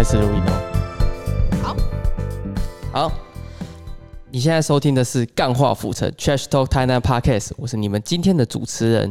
始录音哦。好，你现在收听的是《干话府城 Trash Talk 台南 Podcast》，我是你们今天的主持人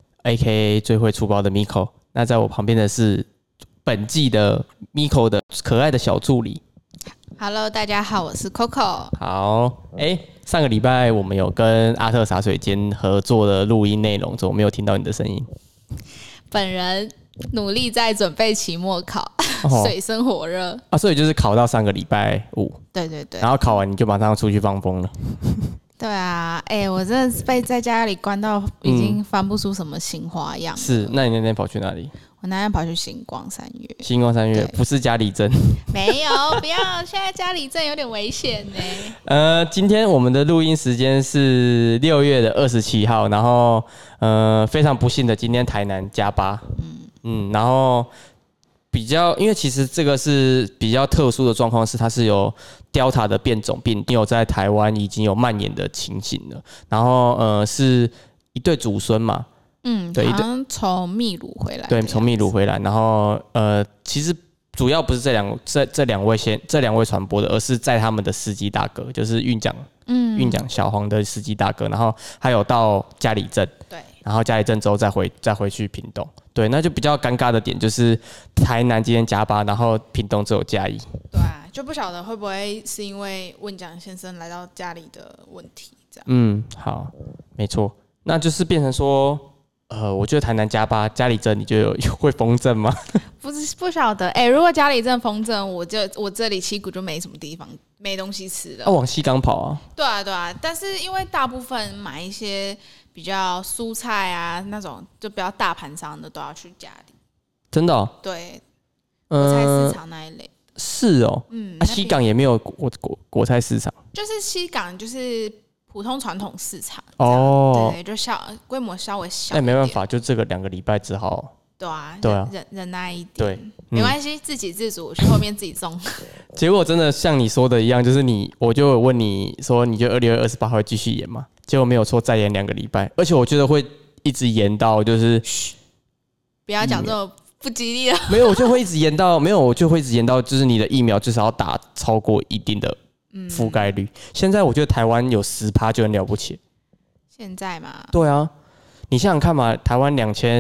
，A.K.A 最会出包的 Miko。那在我旁边的是本季的 Miko 的可爱的小助理。 Hello， 大家好，我是 Coco。 好，上个礼拜我们有跟阿特茶水间合作的录音内容，怎么没有听到你的声音？ 本人努力在准备期末考，水深火热啊，所以就是考到上个礼拜五， 对对对， 然后考完你就马上出去放风了。 对啊，我真的是被在家里关到已经翻不出什么新花样了。 是，那你那天跑去哪里？ 我那天跑去星光三月。 星光三月不是嘉里镇， 没有，不要，现在嘉里镇有点危险呢。 今天我们的录音时间是6月27号，然后非常不幸的，今天台南加8，然后因为其实这个是比较特殊的状况，是它是有 Delta 的变种病，有在台湾已经有蔓延的情形了。然后是一对祖孙嘛，对， 好像从秘鲁回来， 对，从秘鲁回来。然后其实主要不是这两位传播的，而是在他们的司机大哥，就是运奖小黄的司机大哥，然后还有到嘉里镇， 对， 然后嘉里镇之后再回去屏东。对，那就比较尴尬的点就是台南今天加8，然后屏东只有加1。 对啊，就不晓得会不会是因为问蒋先生来到家里的问题这样。好，没错，那就是变成说，我觉得台南加8，嘉里镇你就会封镇吗？ 不晓得，如果嘉里镇封镇，我这里七股就没什么地方，没东西吃了。 往西港跑啊。 对啊，但是因为大部分买一些比较蔬菜啊那种就比较大盘商的都要去嘉里。 真的哦？ 对，果菜市场那一类。 是哦，西港也没有果菜市场， 就是西港就是普通传统市场哦， 对，就规模稍微小一点。 没办法，就这个2个礼拜只好。 对啊，忍耐一点， 对， 没关系，自给自足，去后面自己种。 结果真的像你说的一样，就是我就有问你说，你觉得6月28号会继续演吗？结果没有错，再演2个礼拜，而且我觉得会一直演到就是， 不要讲这种不吉利的。 没有，我就会一直演到我就会一直演到，就是你的疫苗至少要打超过一定的覆盖率。现在我觉得台湾有10%就很了不起。现在嘛？ 对啊。你想想看嘛，台湾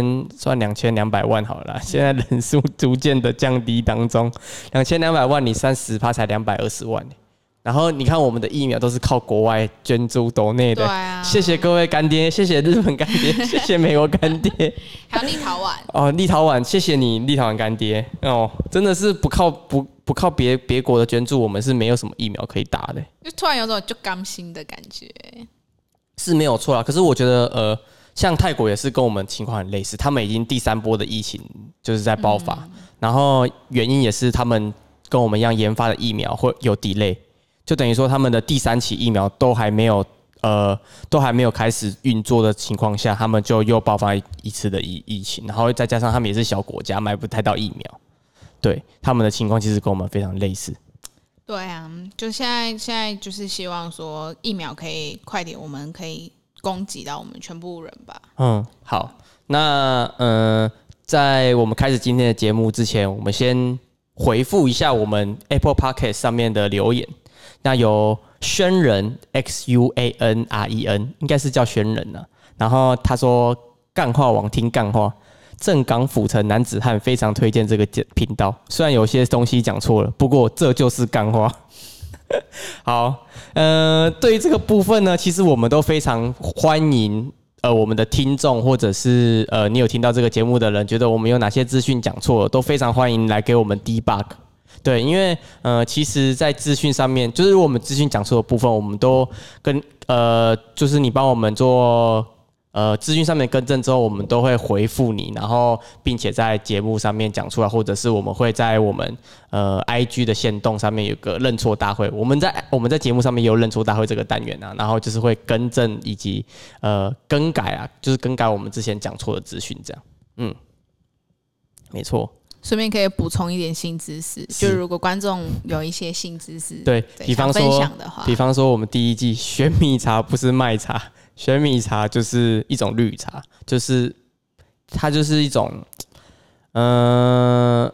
2200万好了啦，现在人数逐渐的降低当中，2200万你30%才220万，然后你看我们的疫苗都是靠国外捐助斗内的， 对啊， 谢谢各位干爹，谢谢日本干爹，谢谢美国干爹， 还有立陶宛哦，立陶宛，谢谢你立陶宛干爹哦，真的是不靠别国的捐助，我们是没有什么疫苗可以打的， 就突然有种就甘心的感觉， 是没有错啦，可是我觉得像泰国也是跟我们情况很类似，他们已经第3波的疫情就是在爆发，然后原因也是他们跟我们一样研发的疫苗会有 delay， 就等于说他们的第3期疫苗都还没有开始运作的情况下，他们就又爆发一次的疫情，然后再加上他们也是小国家，买不太到疫苗，对，他们的情况其实跟我们非常类似。 对啊，就现在就是希望说疫苗可以快点，我们可以供给到我们全部人吧。 好，那在我们开始今天的节目之前，我们先回复一下我们 Apple Podcast 上面的留言。那有轩人 XUANREN， 应该是叫轩人啊。然后他说干话王听干话，正港府城男子汉非常推荐这个频道。虽然有些东西讲错了，不过这就是干话。好，对于这个部分呢，其实我们都非常欢迎，我们的听众或者是你有听到这个节目的人，觉得我们有哪些资讯讲错了，都非常欢迎来给我们 debug。对，因为其实，在资讯上面，就是我们资讯讲错的部分，我们都跟就是你帮我们做。资讯上面更正之后，我们都会回复你，然后并且在节目上面讲出来，或者是我们会在我们IG 的限动上面有个认错大会。我们在节目上面也有认错大会这个单元啊，然后就是会更正以及更改啊，就是更改我们之前讲错的资讯这样。没错。 顺便可以补充一点新知识，就如果观众有一些新知识， 对，比方说分享的话， 比方说我们第1季玄米茶不是麦茶，玄米茶就是一种绿茶，就是它就是一种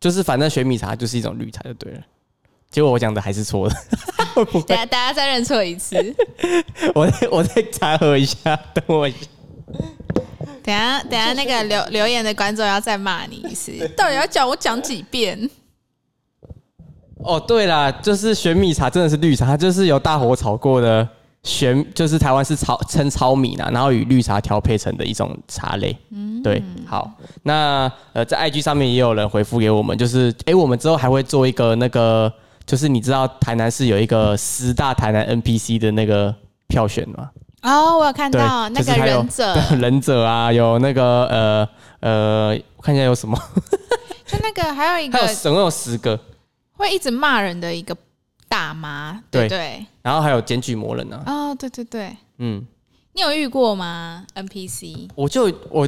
就是反正雪米茶就是一种绿茶就对了。结果我讲的还是错的， 大家再认错一次。 我再查核一下，等我一下。 等一下那个留言的观众要再骂你一次，到底要叫我讲几遍？ 哦，对啦，就是玄米茶真的是绿茶，它就是由大火炒过的就是台湾是称糙米啦，然后与绿茶调配成的一种茶类。对，好，那在 IG 上面也有人回复给我们，就是我们之后还会做一个那个，就是你知道台南市有一个10大台南 NPC 的那个票选吗？ 哦，我有看到那个忍者啊，有那个我看一下有什么， 就那个还有一个总共有10个会一直骂人的一个大妈，对对， 然后还有检举魔人啊， 哦，对对对，你有遇过吗 ？NPC？ 我这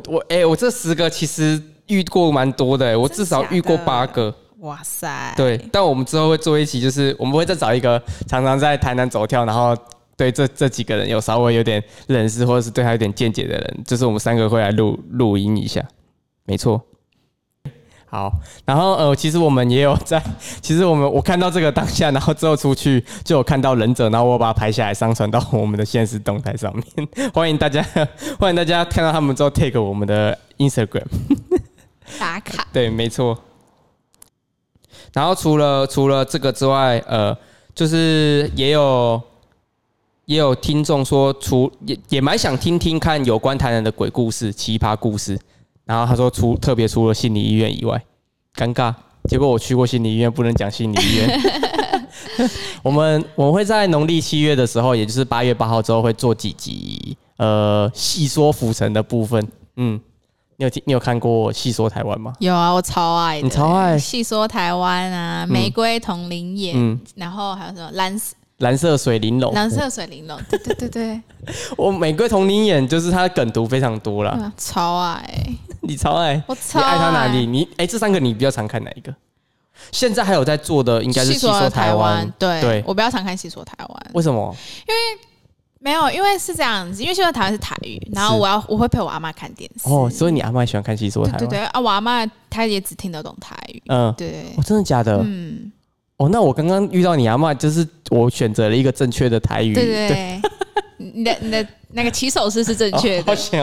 10个其实遇过蛮多的，我至少遇过8个。 哇塞！ 对，但我们之后会做一期，就是我们会再找一个常常在台南走跳，然后对这几个人有稍微有点认识，或者是对他有点见解的人，就是我们3个会来录音一下。没错。好，然后其实我们也有在，其实我看到这个当下，然后之后出去就有看到忍者，然后我把它拍下来上传到我们的现实动态上面，欢迎大家看到他们之后 take 我们的 Instagram 打卡。 对，没错。然后除了这个之外，就是也有听众说也蛮想听听看有关台南的鬼故事、奇葩故事。然后他说特别除了心理医院以外，尴尬。结果我去过心理医院，不能讲心理医院。我们会在农历7月的时候，也就是8月8号之后会做几集细说府城的部分。你有看过细说台湾吗？ 有啊，我超爱的。 你超爱细说台湾啊，玫瑰同林眼，然后还有什么蓝色水玲珑， 对对对对。 我玫瑰同林眼就是它的梗图非常多啦， 超爱。 你超爱， 我超爱。 你爱它哪里？这3个你比较常看哪一个？现在还有在做的应该是细说台湾， 对，我比较常看细说台湾。 为什么？ 因为是这样子，因为细说台湾是台语，然后我会陪我阿嬷看电视。 哦，所以你阿嬷喜欢看细说台湾？ 对啊，我阿嬷她也只听得懂台语。对。 真的假的？那我刚刚遇到你阿嬷，就是我选择了一个正确的台语。 对。你的那个起手式是正确的。 好险。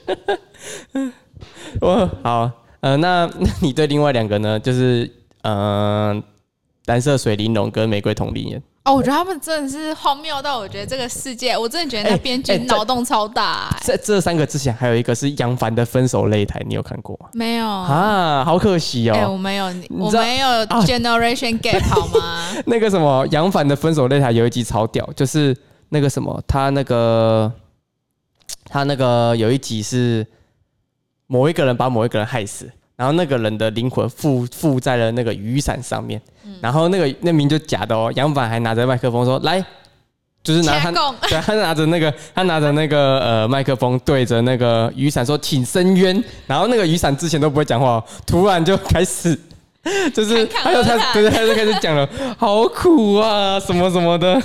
好，那你对另外2个呢？就是蓝色水玲珑跟玫瑰同林眼。 我觉得他们真的是荒谬到，我觉得这个世界，我真的觉得那编剧脑洞超大。 在这3个之前，还有一个是杨凡的分手擂台，你有看过吗？ 没有啊，好可惜哦。 我没有 generation gap 好吗？ 那个什么杨凡的分手擂台有一集超屌，就是那个什么他那个有一集是某一个人把某一个人害死，然后那个人的灵魂附在了那个雨伞上面，然后那名就假的哦。杨凡还拿着麦克风说：“来，就是他拿着那个麦克风对着那个雨伞说，请伸冤。然后那个雨伞之前都不会讲话，突然就开始，就是他就开始讲了，好苦啊，什么什么的。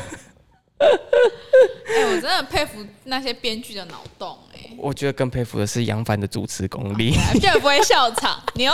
我真的佩服那些编剧的脑洞。 我觉得更佩服的是杨凡的主持功力， 就不会笑场，牛。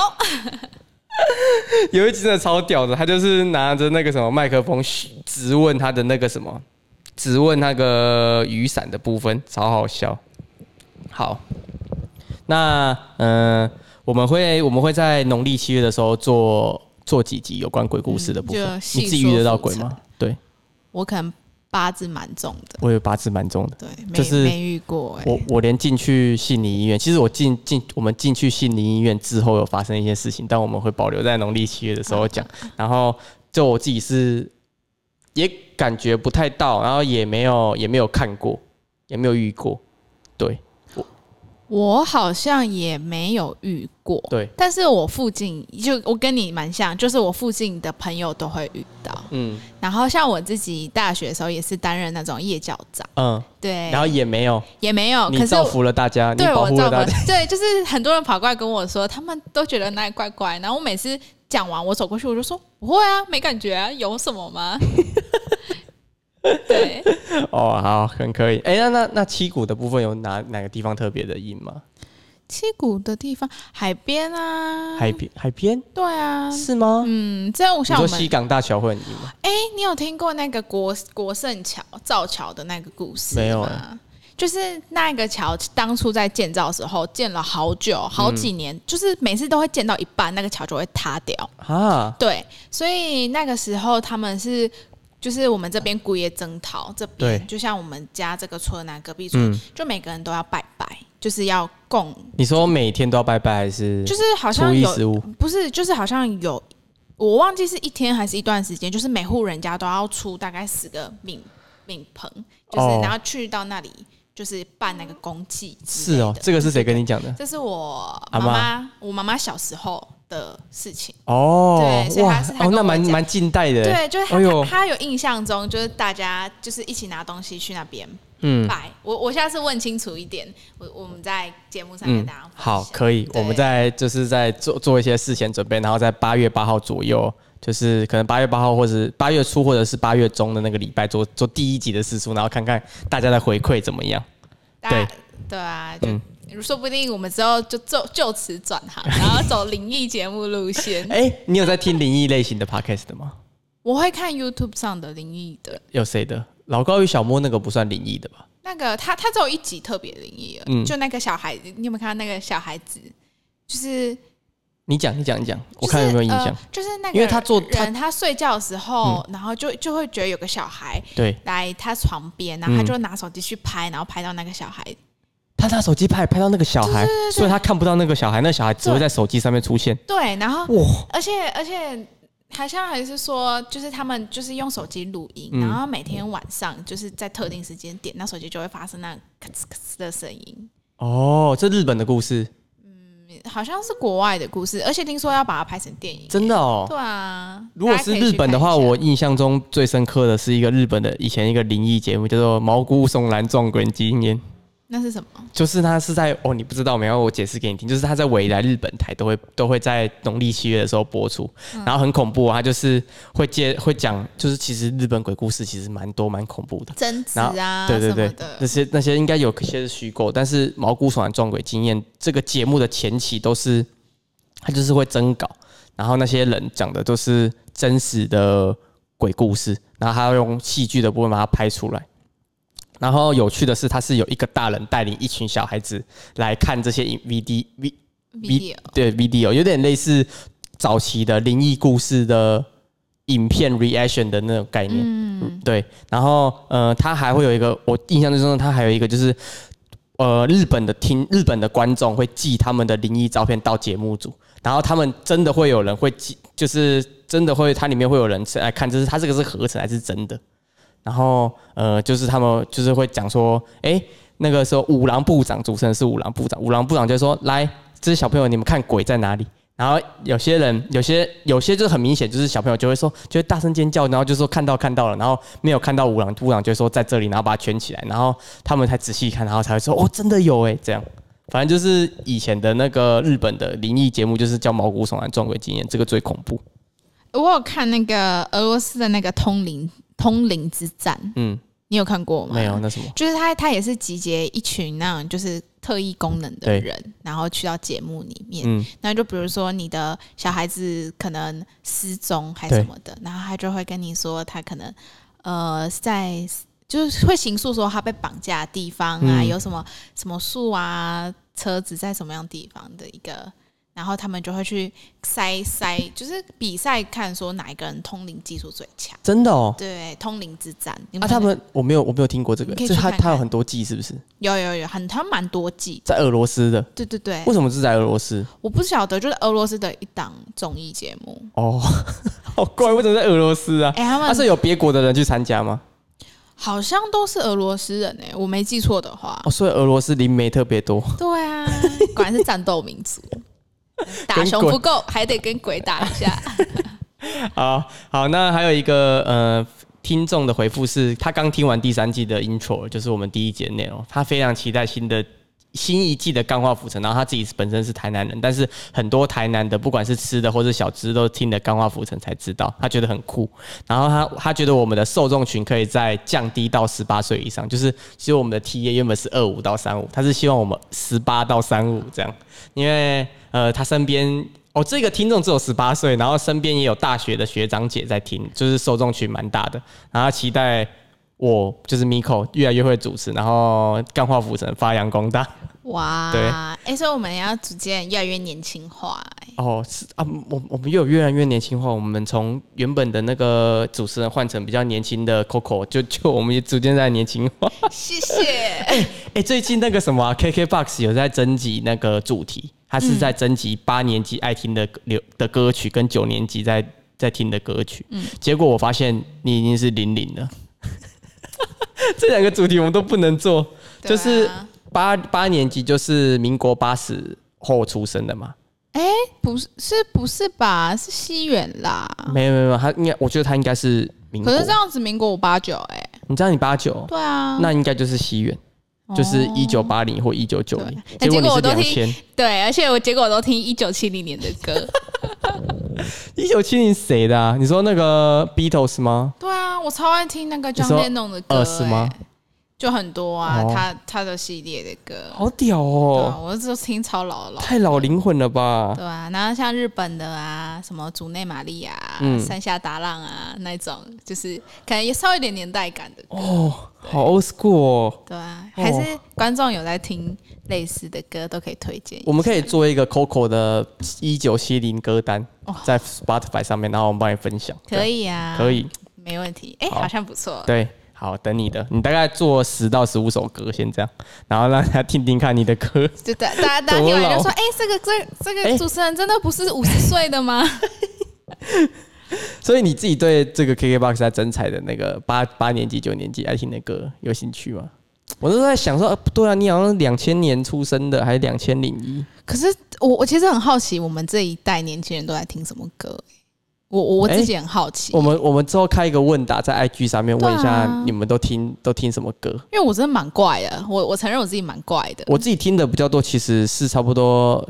有一集真的超屌的，他就是拿着那个什么麦克风质问他的那个什么，质问那个雨伞的部分，超好笑。好，那我们会在农历7月的时候做几集有关鬼故事的部分。你自己遇得到鬼吗？对， 我可能八字蛮重的， 我有八字蛮重的， 对， 就是没遇过。 我连进去信理医院，其实我们进去信理医院之后有发生一些事情，但我们会保留在农历7月的时候讲。然后就我自己是也感觉不太到，然后也没有看过，也没有遇过，对。 我好像也没有遇过， 对， 但是我附近我跟你蛮像，就是我附近的朋友都会遇到，然后像我自己大学的时候也是担任那种夜教长，对， 然后也没有， 你造福了大家，你保护了大家， 对，就是很多人跑过来跟我说，他们都觉得哪里怪怪，然后我每次讲完，我走过去我就说不会啊，没感觉啊，有什么吗？对， 好，很可以。那七股的部分有哪个地方特别的阴吗？ 七股的地方，海边啊， 海边， 对啊， 是吗？ 这样像我们你说西港大桥会很硬吗？ 你有听过那个国圣桥造桥的那个故事吗？ 没有就是那个桥当初在建造的时候，建了好久好几年，就是每次都会建到一半，那个桥就会塌掉啊。对，所以那个时候他们是。就是我们这边古野征讨这边，就像我们家这个村啊，隔壁村，就每个人都要拜拜，就是要供。 你说每天都要拜拜还是？ 就是好像有，不是，就是好像有，我忘记是一天还是一段时间，就是每户人家都要出大概10个饼棚，就是然后去到那里。就是办那个公祭之类的。 是哦，这个是谁跟你讲的？ 这是我妈妈，我妈妈小时候的事情。 哦， 对，所以那蛮近代的。 对，就是他有印象中，就是大家就是一起拿东西去那边拜。我下次问清楚一点，我们在节目上跟大家分享。 好，可以，我们在做一些事前准备，然后在8月8号左右。就是可能8月8号或者是8月初或者是8月中的那个礼拜做第一集的试出，然后看看大家的回馈怎么样。 对啊，说不定我们之后就此转行，然后走灵异节目路线。 你有在听灵异类型的 podcast 的吗？ 我会看 YouTube 上的灵异的。 有谁的？老高与小莫那个不算灵异的吧？ 那个他只有一集特别灵异了，就那个小孩子，你有没有看到那个小孩子？就是。你讲，我看有没有印象。 就是那个， 因为他睡觉的时候，然后就会觉得有个小孩来他床边，然后他就拿手机去拍，然后拍到那个小孩。 他拿手机拍到那个小孩，所以他看不到那个小孩，那个小孩只会在手机上面出现。 对，然后而且好像还是说，就是他们就是用手机录音，然后每天晚上就是在特定时间点，那手机就会发生那咔哧咔哧的声音。 哦，这日本的故事。 好像是国外的故事，而且听说要把它拍成电影。 真的哦？ 对啊。 如果是日本的话，我印象中最深刻的是一个日本的以前一个灵异节目，叫做《毛骨悚然撞鬼经验》。 那是什么？ 就是他是在你不知道没有？我解释给你听，就是他在未来日本台都会在农历7月的时候播出，然后很恐怖，他就是会讲，就是其实日本鬼故事其实蛮多蛮恐怖的， 贞子啊， 对，那些应该有些是虚构，但是毛骨悚然撞鬼经验这个节目的前期都是他就是会征稿，然后那些人讲的都是真实的鬼故事，然后他要用戏剧的部分把它拍出来。然后有趣的是，他是有一个大人带领一群小孩子来看这些 video， 有点类似早期的灵异故事的影片 reaction 的那种概念。对。然后他还会有一个，我印象最深的，他还有一个就是日本的观众会寄他们的灵异照片到节目组，然后他们真的会有人会寄，就是真的会，它里面会有人来看，就是他这个是合成还是真的。然后就是他们就是会讲说，那个时候五郎部长主持人是五郎部长就说，来，这些小朋友你们看鬼在哪里？然后有些就是很明显，就是小朋友就会说，就会大声尖叫，然后就说看到了，然后没有看到五郎部长就说在这里，然后把它圈起来，然后他们才仔细看，然后才会说真的有这样。反正就是以前的那个日本的灵异节目，就是叫毛骨悚然撞鬼经验，这个最恐怖。 我有看那个俄罗斯的那个通灵之战，你有看过吗？ 没有，那什么？ 就是他也是集结一群那种就是特异功能的人，然后去到节目里面，那就比如说你的小孩子可能失踪还什么的，然后他就会跟你说他可能在就是会形塑说他被绑架的地方啊，有什么什么树啊，车子在什么样的地方的一个。然后他们就会去筛，就是比赛看说哪一个人通灵技术最强。真的哦？ 对，通灵之战。 他们我没有听过这个，就他有很多季是不是？ 有，他蛮多季， 在俄罗斯的。 对。 为什么是在俄罗斯？ 我不晓得，就是俄罗斯的一档综艺节目。 哦，好怪，为什么在俄罗斯啊？他是有别国的人去参加吗？ 好像都是俄罗斯人我没记错的话。 所以俄罗斯灵媒特别多。 对啊，果然是战斗民族。打熊不够，还得跟鬼打一下。 好，那还有一个听众的回复是，他刚听完第3季的 intro， 就是我们第1节内容，他非常期待新的新一季的钢化浮沉，然后他自己本身是台南人，但是很多台南的不管是吃的或是小吃都听了钢化浮沉才知道，他觉得很酷。然后他觉得我们的受众群可以再降低到18岁以上，就是其实我们的 TA 原本是25到35，他是希望我们18到35这样，因为他身边这个听众只有18岁，然后身边也有大学的学长姐在听，就是受众群蛮大的，然后期待我就是 Miko 越来越会主持，然后钢化浮沉发扬光大。 哇，对，所以我们要逐渐越来越年轻化。 是啊，我们越来越年轻化。我们从原本的那个主持人换成比较年轻的 Coco， 就我们也逐渐在年轻化。 谢谢。 最近那个什么KKBOX 有在征集那个主题，他是在征集8年级爱听的歌曲跟9年级在听的歌曲。结果我发现你已经是00了。这两个主题我们都不能做，就是八年级就是民国80后出生的嘛？ 不是吧？是西元啦。 没有，他应该，我觉得他应该是民国。 可是这样子，民国589， 你知道你89？ 对啊， 那应该就是西元，就是1980或1990。结果你是2000， 对，而且结果我都听1970年的歌。 1970谁的啊？你说那个 Beatles 吗？ 对啊，我超爱听那个 John Lennon 的歌。是吗？就很多啊，他的系列的歌， 好屌哦！ 我就听超老， 太老灵魂了吧？ 对啊，然后像日本的啊，什么竹内玛利亚、山下达郎啊那种，就是可能也稍微有点年代感的歌。 好 old school 哦。 对啊，还是观众有在听类似的歌，都可以推荐。 我们可以做一个 Coco 的1970歌单，在 Spotify 上面，然后我们帮你分享。 可以啊， 可以， 没问题。好像不错。 对。好，等你的，你大概做10到15首歌，先这样，然后让他听听看你的歌。 对，大家听完就说：“这个主持人真的不是50岁的吗？” 所以你自己对这个 KKBOX 在征采的那个八年级、9年级爱听的歌有兴趣吗？我都在想说，不对啊，你好像2000年出生的，还是2001？ 可是我其实很好奇，我们这一代年轻人都在听什么歌？我自己很好奇。 我们之后开一个问答，在 IG 上面问一下你们都听什么歌？ 因为我真的蛮怪的，我承认我自己蛮怪的。 我自己听的比较多，其实是差不多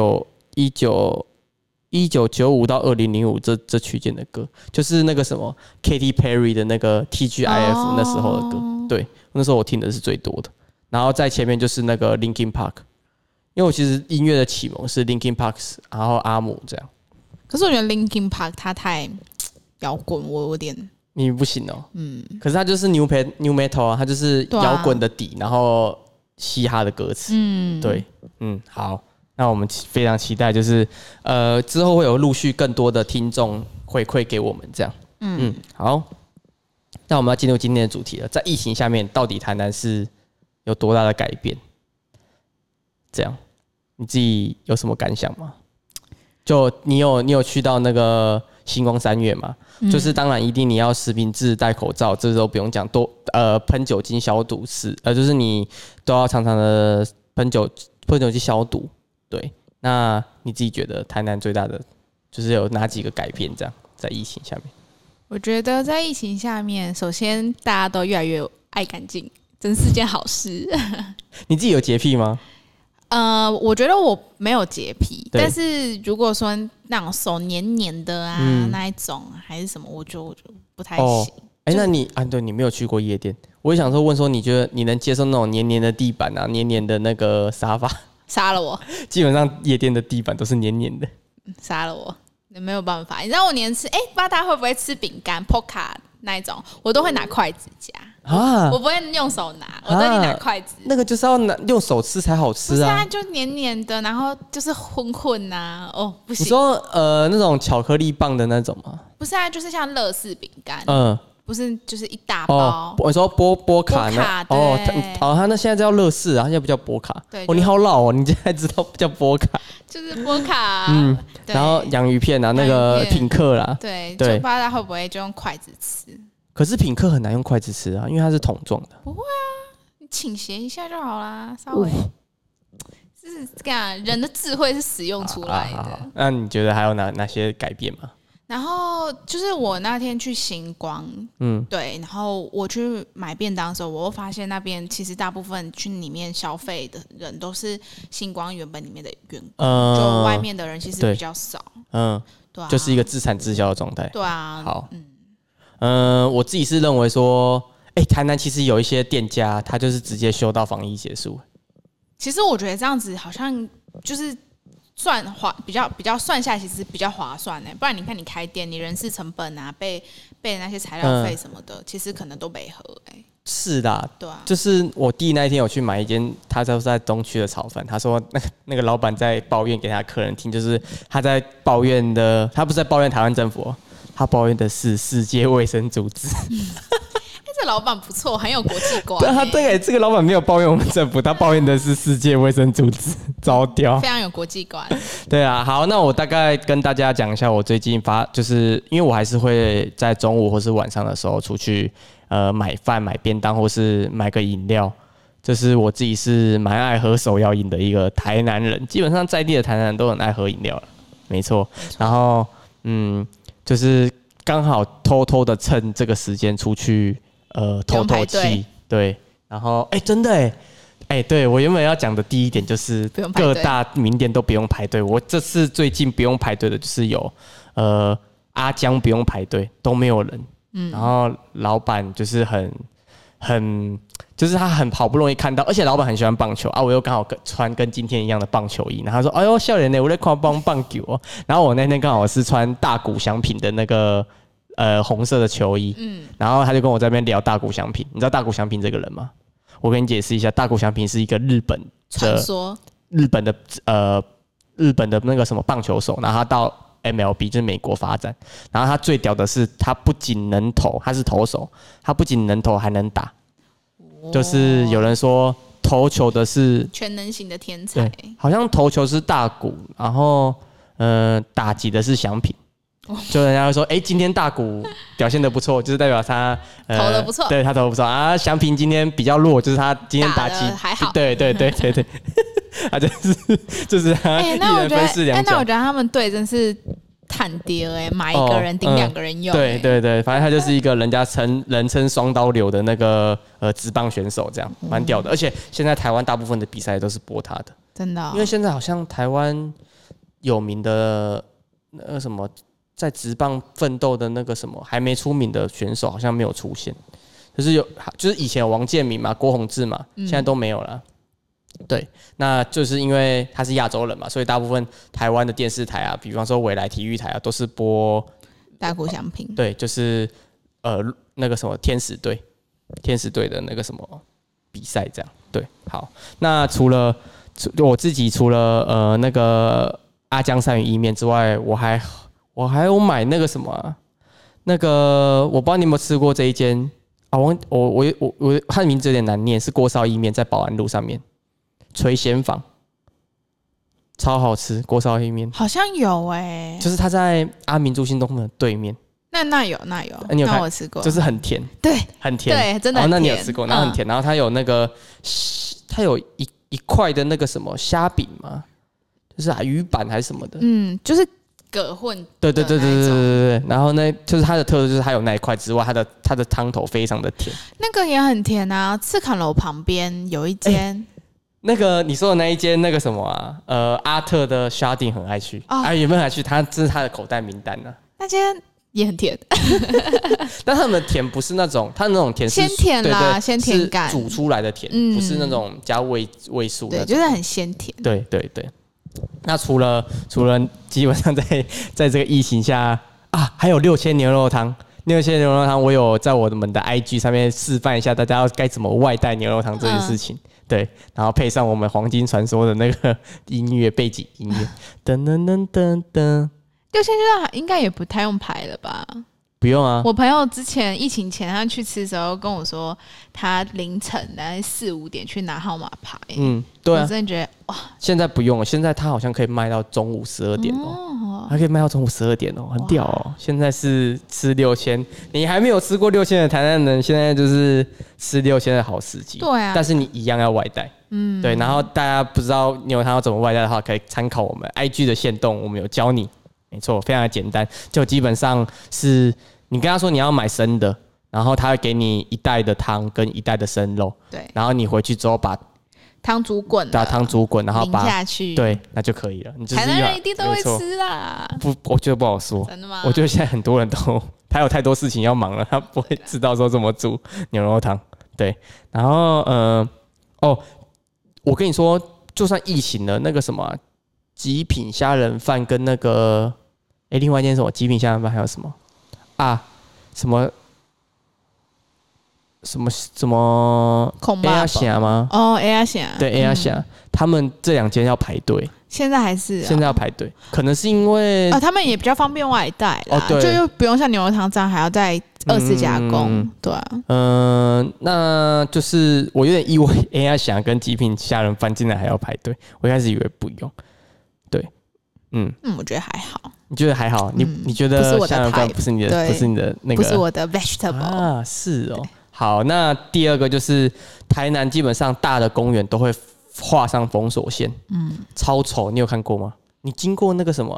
1995到2005这区间的歌，就是那个什么 Katy Perry 的那个 TGIF 那时候的歌。对，那时候我听的是最多的。然后在前面就是那个 Linkin Park， 因为我其实音乐的启蒙是 Linkin Park， 然后阿姆这样。 可是我觉得 Linkin Park 他太摇滚，我有点你不行哦。可是他就是 New Metal 啊，他就是摇滚的底，然后嘻哈的歌词。对，好，那我们非常期待，就是之后会有陆续更多的听众回馈给我们这样。好，那我们要进入今天的主题了，在疫情下面，到底台南是有多大的改变？这样，你自己有什么感想吗？就你有去到那个星光3月嘛？就是当然一定你要实名制、戴口罩，这都不用讲，都喷酒精消毒就是你都要常常的喷酒精消毒。对，那你自己觉得台南最大的就是有哪几个改变？这样在疫情下面， 我觉得在疫情下面，首先大家都越来越爱干净，真是件好事。 你自己有洁癖吗？ 我觉得我没有洁癖，但是如果说那种手黏黏的啊，那一种还是什么，我就不太行。 那你对，你没有去过夜店，我也想说问说，你觉得你能接受那种黏黏的地板啊，黏黏的那个沙发？ 杀了我！ 基本上夜店的地板都是黏黏的， 杀了我！没有办法，你知道我连吃不知道大家会不会吃饼干 Poca 那一种，我都会拿筷子夹我不会用手拿，我都会拿筷子。 那个就是要用手吃才好吃啊！不是啊，就黏黏的，然后就是混呐，不行。 你说那种巧克力棒的那种吗？ 不是啊，就是像乐事饼干，不是就是一大包。 我说波卡呢？他那现在叫乐事啊，现在不叫波卡。对，你好老哦，你现在知道叫波卡？ 就是波卡， 然后洋芋片啊，那个品客啦， 对，就不知道他会不会就用筷子吃。 可是品客很难用筷子吃啊，因为它是桶状的。 不会啊，你倾斜一下就好啦，稍微。是这样，人的智慧是使用出来的。 那你觉得还有哪些改变吗？ 然后就是我那天去星光，对，然后我去买便当的时候，我又发现那边其实大部分去里面消费的人都是星光原本里面的员工，就外面的人其实比较少。对啊， 就是一个自产自销的状态。 对啊， 好，我自己是认为说，台南其实有一些店家，他就是直接休到防疫结束。 其实我觉得这样子好像就是算比较算下来，其实比较划算不然你看你开店，你人事成本啊，备那些材料费什么的，其实可能都没合是啦， 对啊， 就是我弟那一天有去买一间，他就是在东区的炒饭，他说那个老板在抱怨给他客人听，就是他在抱怨的，他不是在抱怨台湾政府他抱怨的是世界卫生组织。 这老板不错，很有国际观。 对，这个老板没有抱怨我们政府，他抱怨的是世界卫生组织，糟掉， 非常有国际观。 对啊，好，那我大概跟大家讲一下，我最近就是因为我还是会在中午或是晚上的时候出去买饭、买便当或是买个饮料。就是我自己是蛮爱喝手摇饮的一个台南人，基本上在地的台南人都很爱喝饮料了，没错。然后就是刚好偷偷的趁这个时间出去。透透气，对，然后真的对我原本要讲的第一点就是各大名店都不用排队。我这次最近不用排队的就是有阿江不用排队，都没有人，然后老板就是就是他很好不容易看到，而且老板很喜欢棒球啊，我又刚好穿跟今天一样的棒球衣，然后他说：“哎呦，少年呢，我在看棒球哦。”然后我那天刚好是穿大谷翔平的那个。红色的球衣，然后他就跟我在那边聊大谷翔平。你知道大谷翔平这个人吗？我跟你解释一下，大谷翔平是一个日本的那个什么棒球手，然后他到 MLB 就是美国发展，然后他最屌的是他不仅能投，他是投手，他不仅能投还能打，就是有人说投球的是全能型的天才， 好像投球是大谷，然后打击的是翔平。就人家会说，今天大谷表现得不错，就是代表他投得不错， 对他投得不错啊。翔平今天比较弱，就是他今天打击还好， 对，他就是他一人分饰两角。 那我觉得他们队真是探爹买一个人顶2个人用。 对，反正他就是一个人称双刀流的那个职棒选手，这样蛮屌的。而且现在台湾大部分的比赛都是播他的， 真的， 因为现在好像台湾有名的那个什么。在职棒奋斗的那个什么还没出名的选手好像没有出现，就是以前有王建民嘛、郭泓志嘛，现在都没有了。对，那就是因为他是亚洲人嘛，所以大部分台湾的电视台啊，比方说未来体育台啊，都是播大谷翔平。 对，就是那个什么天使队的那个什么比赛这样。对，好，那我自己除了那个阿江鳝鱼意面之外，我还有买那个什么那个我不知道你有没有吃过这一间啊？它的名字有点难念，是锅烧意面，在保安路上面，垂涎坊，超好吃，锅烧意面。 好像有就是它在阿明珠心东的对面。 那有， 你有看？ 我吃过， 就是很甜， 对， 很甜， 对，真的很甜。 那你有吃过？然后很甜，然后它有那个，它有一块的那个什么虾饼嘛，就是鱼板还是什么的， 就是葛混。 对，然后呢，就是它的特色就是它有那一块之外，它的汤头非常的甜。 那个也很甜啊，赤坎楼旁边有一间。 那个你说的那一间那个什么阿特的沙丁很爱去有没有爱去？这是他的口袋名单呢。 那间也很甜， 但他们的甜不是那种，他那种甜是鲜甜啦，鲜甜感煮出来的甜，不是那种加味素的， 对，就是很鲜甜。 对。那除了基本上在这个疫情下还有6000牛肉汤。6000牛肉汤，我有在我们的 IG 上面示范一下，大家要该怎么外带牛肉汤这件事情。对，然后配上我们黄金传说的那个音乐背景音乐，噔噔噔噔噔。 6000牛肉应该也不太用排了吧？ 不用啊。 我朋友之前疫情前他去吃的时候跟我说，他凌晨大概4、5点去拿号码牌。 对啊。 我真的觉得哇， 现在不用了，现在他好像可以卖到中午12点还可以卖到中午12点很屌哦。现在是吃6000，你还没有吃过6000的台南人，现在就是吃6000的好时机。 对啊。 但是你一样要外带。对。然后大家不知道牛肉汤要怎么外带的话，可以参考我们 IG 的限动，我们有教你。 没错，非常的简单，就基本上是你跟他说你要买生的，然后他会给你1袋的汤跟1袋的生肉， 对， 然后你回去之后把汤煮滚， 把汤煮滚，然后把淋下去， 对，那就可以了。你就是台南人一定都会吃啦。 不，我觉得不好说。 真的吗？ 我觉得现在很多人都他有太多事情要忙了，他不会知道说怎么煮牛肉汤。对，然后我跟你说，就算疫情了，那个什么极品虾仁饭跟那个另外一件什么极品虾仁饭还有什么啊？什么 A 虾吗？ 哦，A 虾， 对 A 虾，他们这2间要排队。 现在还是、 现在要排队，可能是因为他们也比较方便外带啦，就又不用像牛肉汤这样还要再2次加工，对啊。 那就是我有点意外 ，A 虾跟极品虾仁饭竟然还要排队，我一开始以为不用。对， 我觉得还好。 你觉得还好？你觉得虾仁饭不是你的，不是你的那个， 不是我的 vegetable 啊？是哦。好，那第二个就是台南基本上大的公园都会画上封锁线，超丑，你有看过吗？你经过那个什么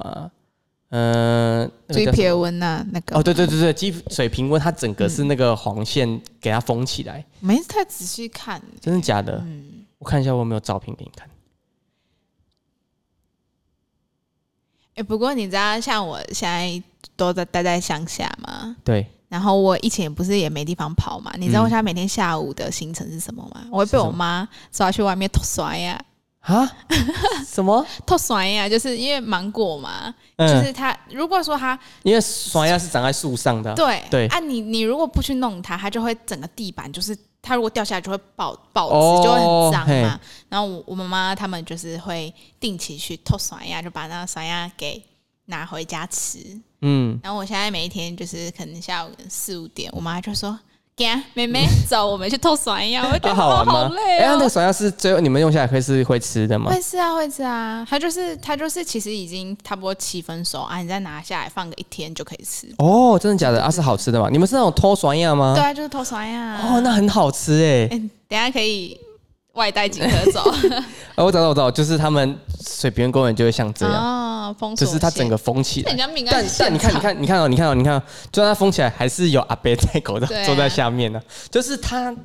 水平温呐，那个对，水平温，它整个是那个黄线给它封起来， 没太仔细看， 真的假的？我看一下我有没有照片给你看。 不过你知道，像我现在都待在乡下嘛， 对。 然后我以前不是也没地方跑嘛？你知道我现在每天下午的行程是什么吗？我会被我妈抓去外面偷刷呀！ 啊？什么？ 偷刷呀？就是因为芒果嘛，就是它如果说它因为刷呀是长在树上的， 对啊，你如果不去弄它，它就会整个地板就是它如果掉下来就会爆汁，就会很脏嘛。然后我妈妈他们就是会定期去偷刷呀，就把那个刷呀给拿回家吃。然后我现在每一天就是可能下午4、5点，我妈就说：“妹妹走，我们去偷酸呀。”我觉得好累哦。 那个酸呀是最后你们用下来会吃的吗？ 会吃啊。它就是其实已经差不多7分熟啊，你再拿下来放个1天就可以吃。 哦，真的假的？是好吃的吗？你们是那种偷酸呀吗？ 对啊，就是偷酸呀。 哦，那很好吃哎。 等一下可以外带几颗走。 我找到，就是他们水平公园就会像这样，就是它整个封起来。但你看，就算它封起来，还是有阿伯戴口罩坐在下面呢。就是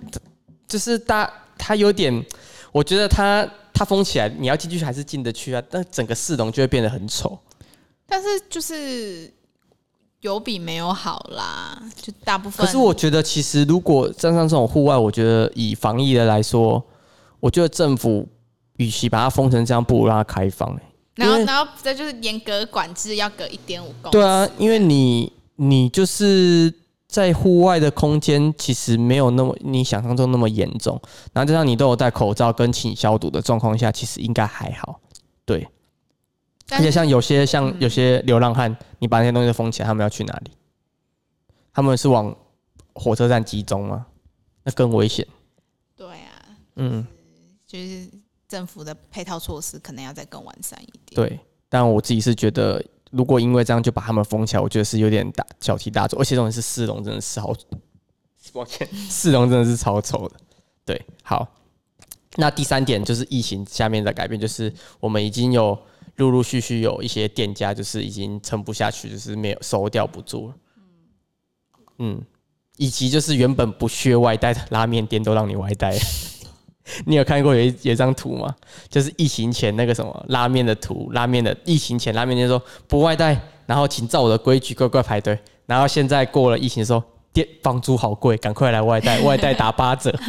它有点，我觉得它封起来，你要进去还是进得去啊？但整个市容就会变得很丑。 但是就是有比没有好啦，就大部分。 可是我觉得，其实如果站上这种户外，我觉得以防疫的来说，我觉得政府与其把它封成这样，不如让它开放。 然后这就是严格管制，要隔1.5公尺。 对啊，因为你就是在户外的空间，其实没有那么你想象中那么严重。然后加上你都有戴口罩跟勤消毒的状况下，其实应该还好。对，而且像有些流浪汉，你把那些东西都封起来，他们要去哪里？他们是往火车站集中吗？那更危险。 对啊，就是政府的配套措施可能要再更完善一点。 对，但我自己是觉得，如果因为这样就把他们封起来，我觉得是有点小题大做，而且这种是市容真的是好，抱歉，市容真的是超丑的。对，好，那第3点就是疫情下面的改变，就是我们已经有陆陆续续有一些店家就是已经撑不下去，就是没有收掉不住了。以及就是原本不屑外带的拉面店都让你外带了。你有看过有一张图吗？就是疫情前那个什么拉面的图，疫情前拉面店说不外带，然后请照我的规矩乖乖排队。然后现在过了疫情说房租好贵，赶快来外带，外带打8折。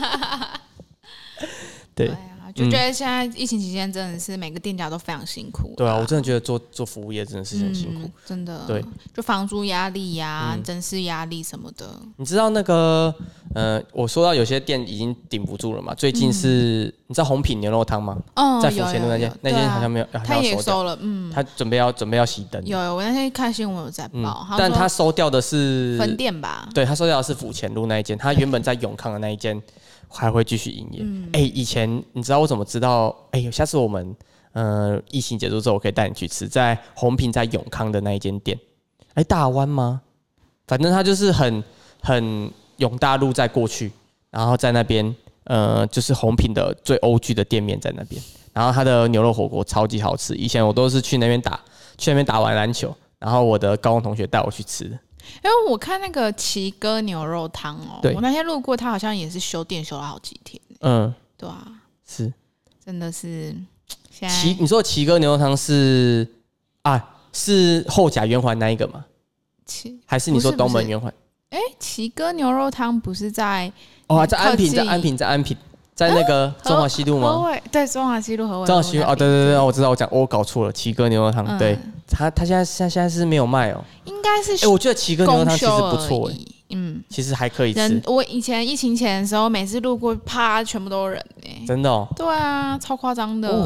对。 就觉得现在疫情期间真的是每个店家都非常辛苦。 对啊，我真的觉得做服务业真的是很辛苦， 真的。 对， 就房租压力呀、人事压力什么的。 你知道那个我说到有些店已经顶不住了嘛？最近是你知道红品牛肉汤吗？在府前路那间好像没有， 他也收了， 他准备要熄灯。 有，我那天看新闻有在报， 但他收掉的是分店吧？ 对，他收掉的是府前路那一间，他原本在永康的那一间还会继续营业。以前你知道我怎么知道？下次我们疫情结束之后，我可以带你去吃，在红品在永康的那一间店。大湾吗？反正他就是很永大路再过去，然后在那边就是红品的最OG的店面在那边，然后他的牛肉火锅超级好吃。以前我都是去那边去那边打完篮球，然后我的高中同学带我去吃的。 因为我看那个奇哥牛肉汤哦，我那天路过，他好像也是休店休了好几天。对啊， 是， 真的是。现在你说奇哥牛肉汤是后甲圆环那一个吗？还是你说东门圆环？ 奇哥牛肉汤不是在在安平，在那个中华西路吗？ 对，中华西路和中华西路对，我知道，我搞错了，奇哥牛肉汤，对，他现在是没有卖哦， 应该是。 我觉得奇哥牛肉汤其实不错其实还可以吃。 我以前疫情前的时候，每次路过，啪，全部都是人真的哦。 对啊，超夸张的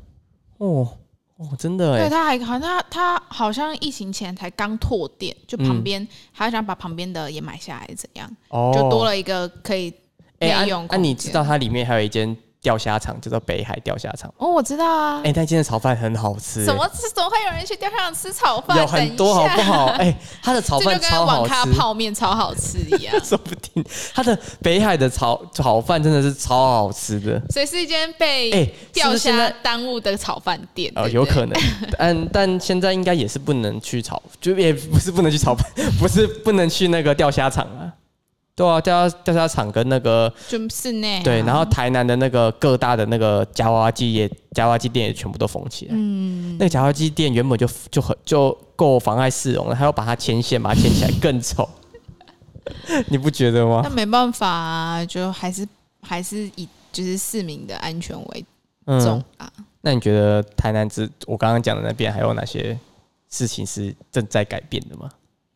真的对，他好像疫情前才刚拓店，就旁边还想把旁边的也买下来，怎样？就多了一个可以内用空间。 你知道它里面还有一间钓虾场，叫做北海钓虾场。 我知道啊。 那间的炒饭很好吃。 怎么会有人去钓虾场吃炒饭？ 有很多好不好？它的炒饭超好吃， 就跟网咖泡面超好吃一样。 说不定它的北海的炒饭真的是超好吃的。 所以是一间被钓虾耽误的炒饭店。 有可能。但现在应该也是不能去就也不是不能去炒饭，不是不能去那个钓虾场啊。对啊，钓虾场跟那个就室内对，然后台南的那个各大的那个夹娃娃机店也全部都封起来。那个夹娃娃机店原本就够妨碍市容了，还要把它牵线，把它牵起来更丑，你不觉得吗？ 那没办法啊，就还是以就是市民的安全为重啊。 那你觉得台南我刚刚讲的那边还有哪些事情是正在改变的吗？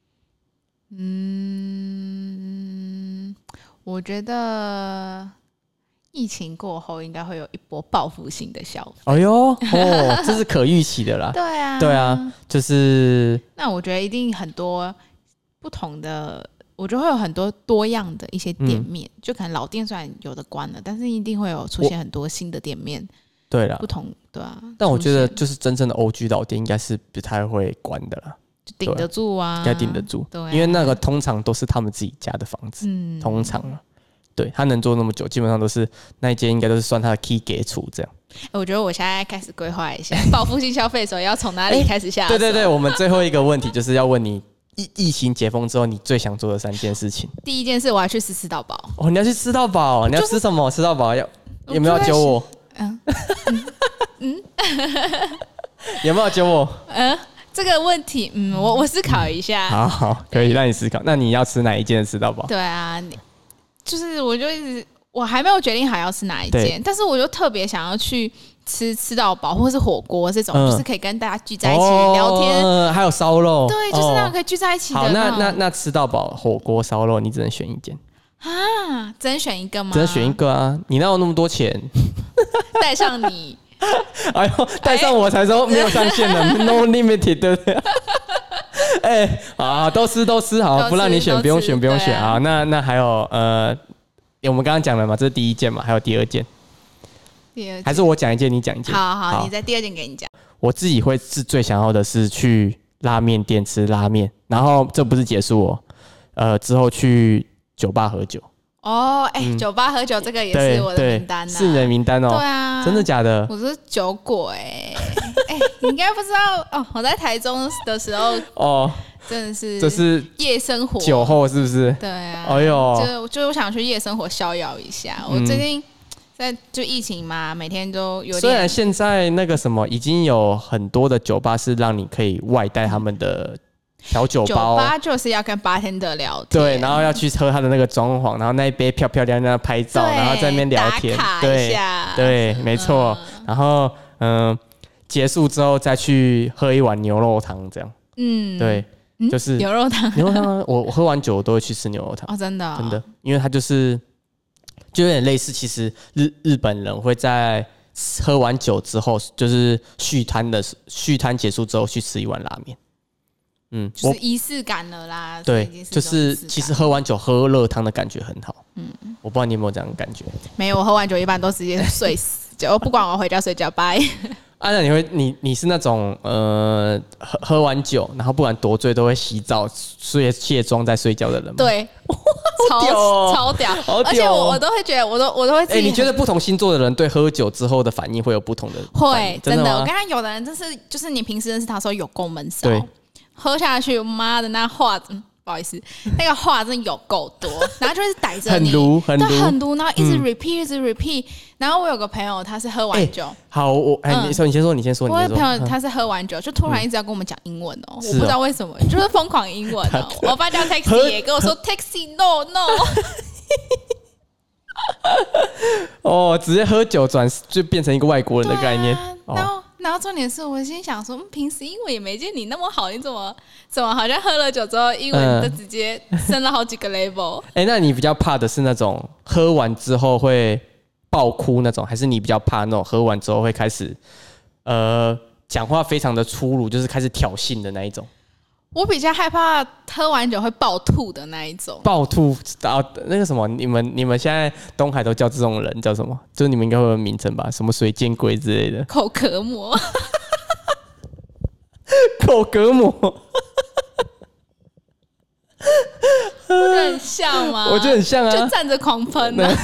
我觉得疫情过后应该会有一波报复性的消费。 这是可预期的啦。 对啊，就是那我觉得一定很多不同的，我觉得会有很多多样的一些店面，就可能老店虽然有的关了，但是一定会有出现很多新的店面。 对啦， 不同对啊。 但我觉得就是真正的 OG 老店应该是不太会关的啦。 顶得住啊， 应该顶得住，对，因为那个通常都是他们自己家的房子，通常对他能做那么久，基本上都是那一间应该都是算他的 key 给出这样。 我觉得我现在开始规划一下，报复性消费的时候要从哪里开始下手。 对，我们最后一个问题就是要问你，疫情解封之后你最想做的3件事情。 第一件事，我要去吃到饱。 你要去吃到饱，你要吃什么？吃到饱有没有要揪我？有没有揪我？ 这个问题，我思考一下。 好，可以让你思考。那你要吃哪一间的吃到饱？ 对啊，就是我还没有决定好要吃哪一间，但是我就特别想要去吃到饱，或是火锅这种，就是可以跟大家聚在一起聊天， 还有烧肉， 对，就是那种可以聚在一起的。 好，那吃到饱、火锅、烧肉，你只能选一间啊？只能选一个吗？ 只能选一个啊！你哪有那么多钱？ 带上你。 带上我才说没有上限的，no limit， 对不对？都吃好，不让你选，不用选啊。那还有我们刚刚讲了嘛，这是第一件嘛，还有第二件，还是我讲一件，你讲一件。 好，你在第二件给你讲。 我自己会是最想要的是去拉面店吃拉面，然后这不是结束之后去酒吧喝酒。 酒吧喝酒这个也是我的名单是你的名单哦。 对啊， 真的假的？ 我是酒果你应该不知道我在台中的时候真的是就是夜生活酒后是不是？ 对啊，就我想去夜生活逍遥一下。我最近就疫情嘛，每天都有点。 虽然现在那个什么已经有很多的酒吧是让你可以外带他们的调酒包， 酒吧就是要跟bartender聊天， 对，然后要去喝他的那个装潢，然后那一杯漂漂亮亮拍照，然后在那边聊天， 打卡一下， 对，没错。然后结束之后再去喝一碗牛肉汤，这样，对，就是牛肉汤， 我喝完酒我都会去吃牛肉汤， 真的， 因为它就有点类似，其实日本人会在喝完酒之后，就是续摊结束之后去吃一碗拉面。 就是仪式感了啦。 对，就是其实喝完酒喝热汤的感觉很好。我不知道你有没有这样的感觉。 没有，我喝完酒一般都直接睡死，就不管我回家睡觉，拜。 啊，那你是那种喝完酒，然后不管多醉都会洗澡、卸妆再睡觉的人吗？ 对，超屌，而且我都会觉得，我都会自己。 你觉得不同星座的人对喝酒之后的反应会有不同的？ 会，真的。 我跟他有的人就是你平时认识他的时候有够闷骚，喝下去，妈的那话。不好意思，那个话真的有够多，然后就是逮着你，很撸，然后一直 repeat，然后我有个朋友，他是喝完酒， 好，你先说。 我有朋友他是喝完酒，就突然一直要跟我们讲英文哦，我不知道为什么，就是疯狂英文哦。我爸叫 taxi 也跟我说 taxi no， 哦，直接喝酒就变成一个外国人的概念， 然后重点是我心想说，平时英文也没见你那么好，你怎么好像喝了酒之后英文就直接升了好几个 level？ 那你比较怕的是那种喝完之后会爆哭那种，还是你比较怕那种喝完之后会开始讲话非常的粗鲁，就是开始挑衅的那一种？ 我比较害怕喝完酒会爆吐的那一种。 爆吐那个什么，你们现在东海都叫这种人叫什么？就是你们应该会有名称吧？什么水箭龟之类的？ 口壳膜。 口壳膜。 不是很像吗？ 我觉得很像啊， 就站着狂喷啊。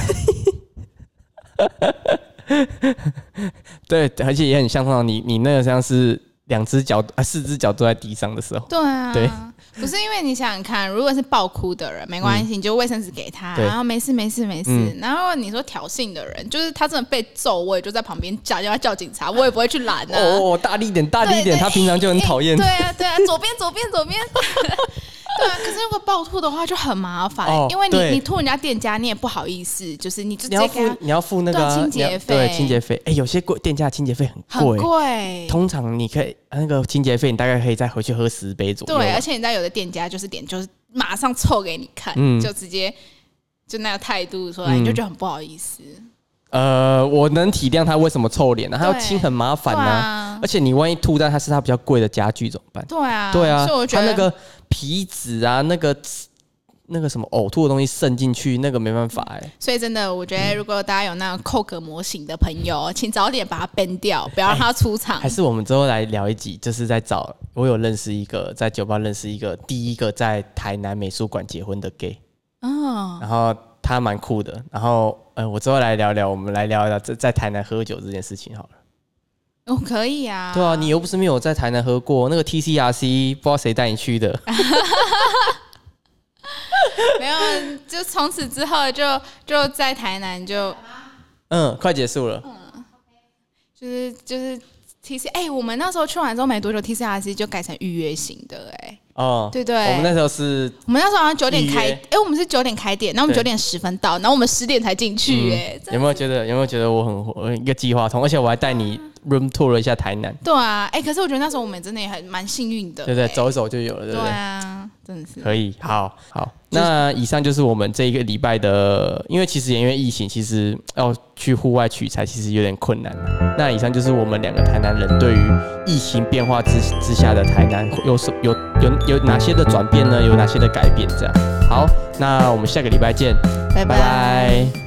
对，而且也很像你那个像是4只脚都在地上的时候。 对啊，对，不是因为你想想看，如果是爆哭的人，没关系，你就卫生纸给他，然后没事。然后你说挑衅的人，就是他真的被揍，我也就在旁边叫他警察，我也不会去拦啊。 哦，大力一点，他平常就很讨厌。 对啊，左边。对啊，可是如果暴吐的话就很麻烦，因为你吐人家店家，你也不好意思，就是你就直接给他你要付那个清洁费， 对，清洁费。有些店家清洁费很贵，通常你可以那个清洁费，你大概可以再回去喝10杯左右。 对，而且你知道有的店家就是马上凑给你看，就直接就那个态度出来，你就觉得很不好意思。 我能体谅他为什么臭脸啊，他要清很麻烦啊，而且你万一吐在他比较贵的家具怎么办？对啊， 所以我觉得他那个皮纸啊，那个什么呕吐的东西渗进去，那个没办法所以真的，我觉得如果大家有那种扣格模型的朋友，请早点把它 ban 掉，不要让他出场。 还是我们之后来聊一集，就是在我有认识一个在酒吧认识一个第一个在台南美术馆结婚的 gay， 然后他蛮酷的，然后我之后来聊聊，我们来聊一聊在台南喝酒这件事情好了。 可以啊。 对啊，你又不是没有在台南喝过，那个 TCRC 不知道谁带你去的。 没有，就从此之后就在台南就快结束了。 就是TC， 我们那时候去完之后没多久 ，TCRC 就改成预约型的对， 我们那时候好像9点开，我们是9点开店，然后我们9点10分到，然后我们10点才进去有没有觉得我一个计划通，而且我还带你 room tour 了一下台南。 对啊，可是我觉得那时候我们真的也还蛮幸运的， 对，走一走就有了，对不对？ 对啊，真的是可以。好，那以上就是我们这一个礼拜的，因为疫情，其实要去户外取材其实有点困难。那以上就是我们2个台南人对于疫情变化之下的台南有哪些的转变呢？有哪些的改变？这样好，那我们下个礼拜见，拜拜。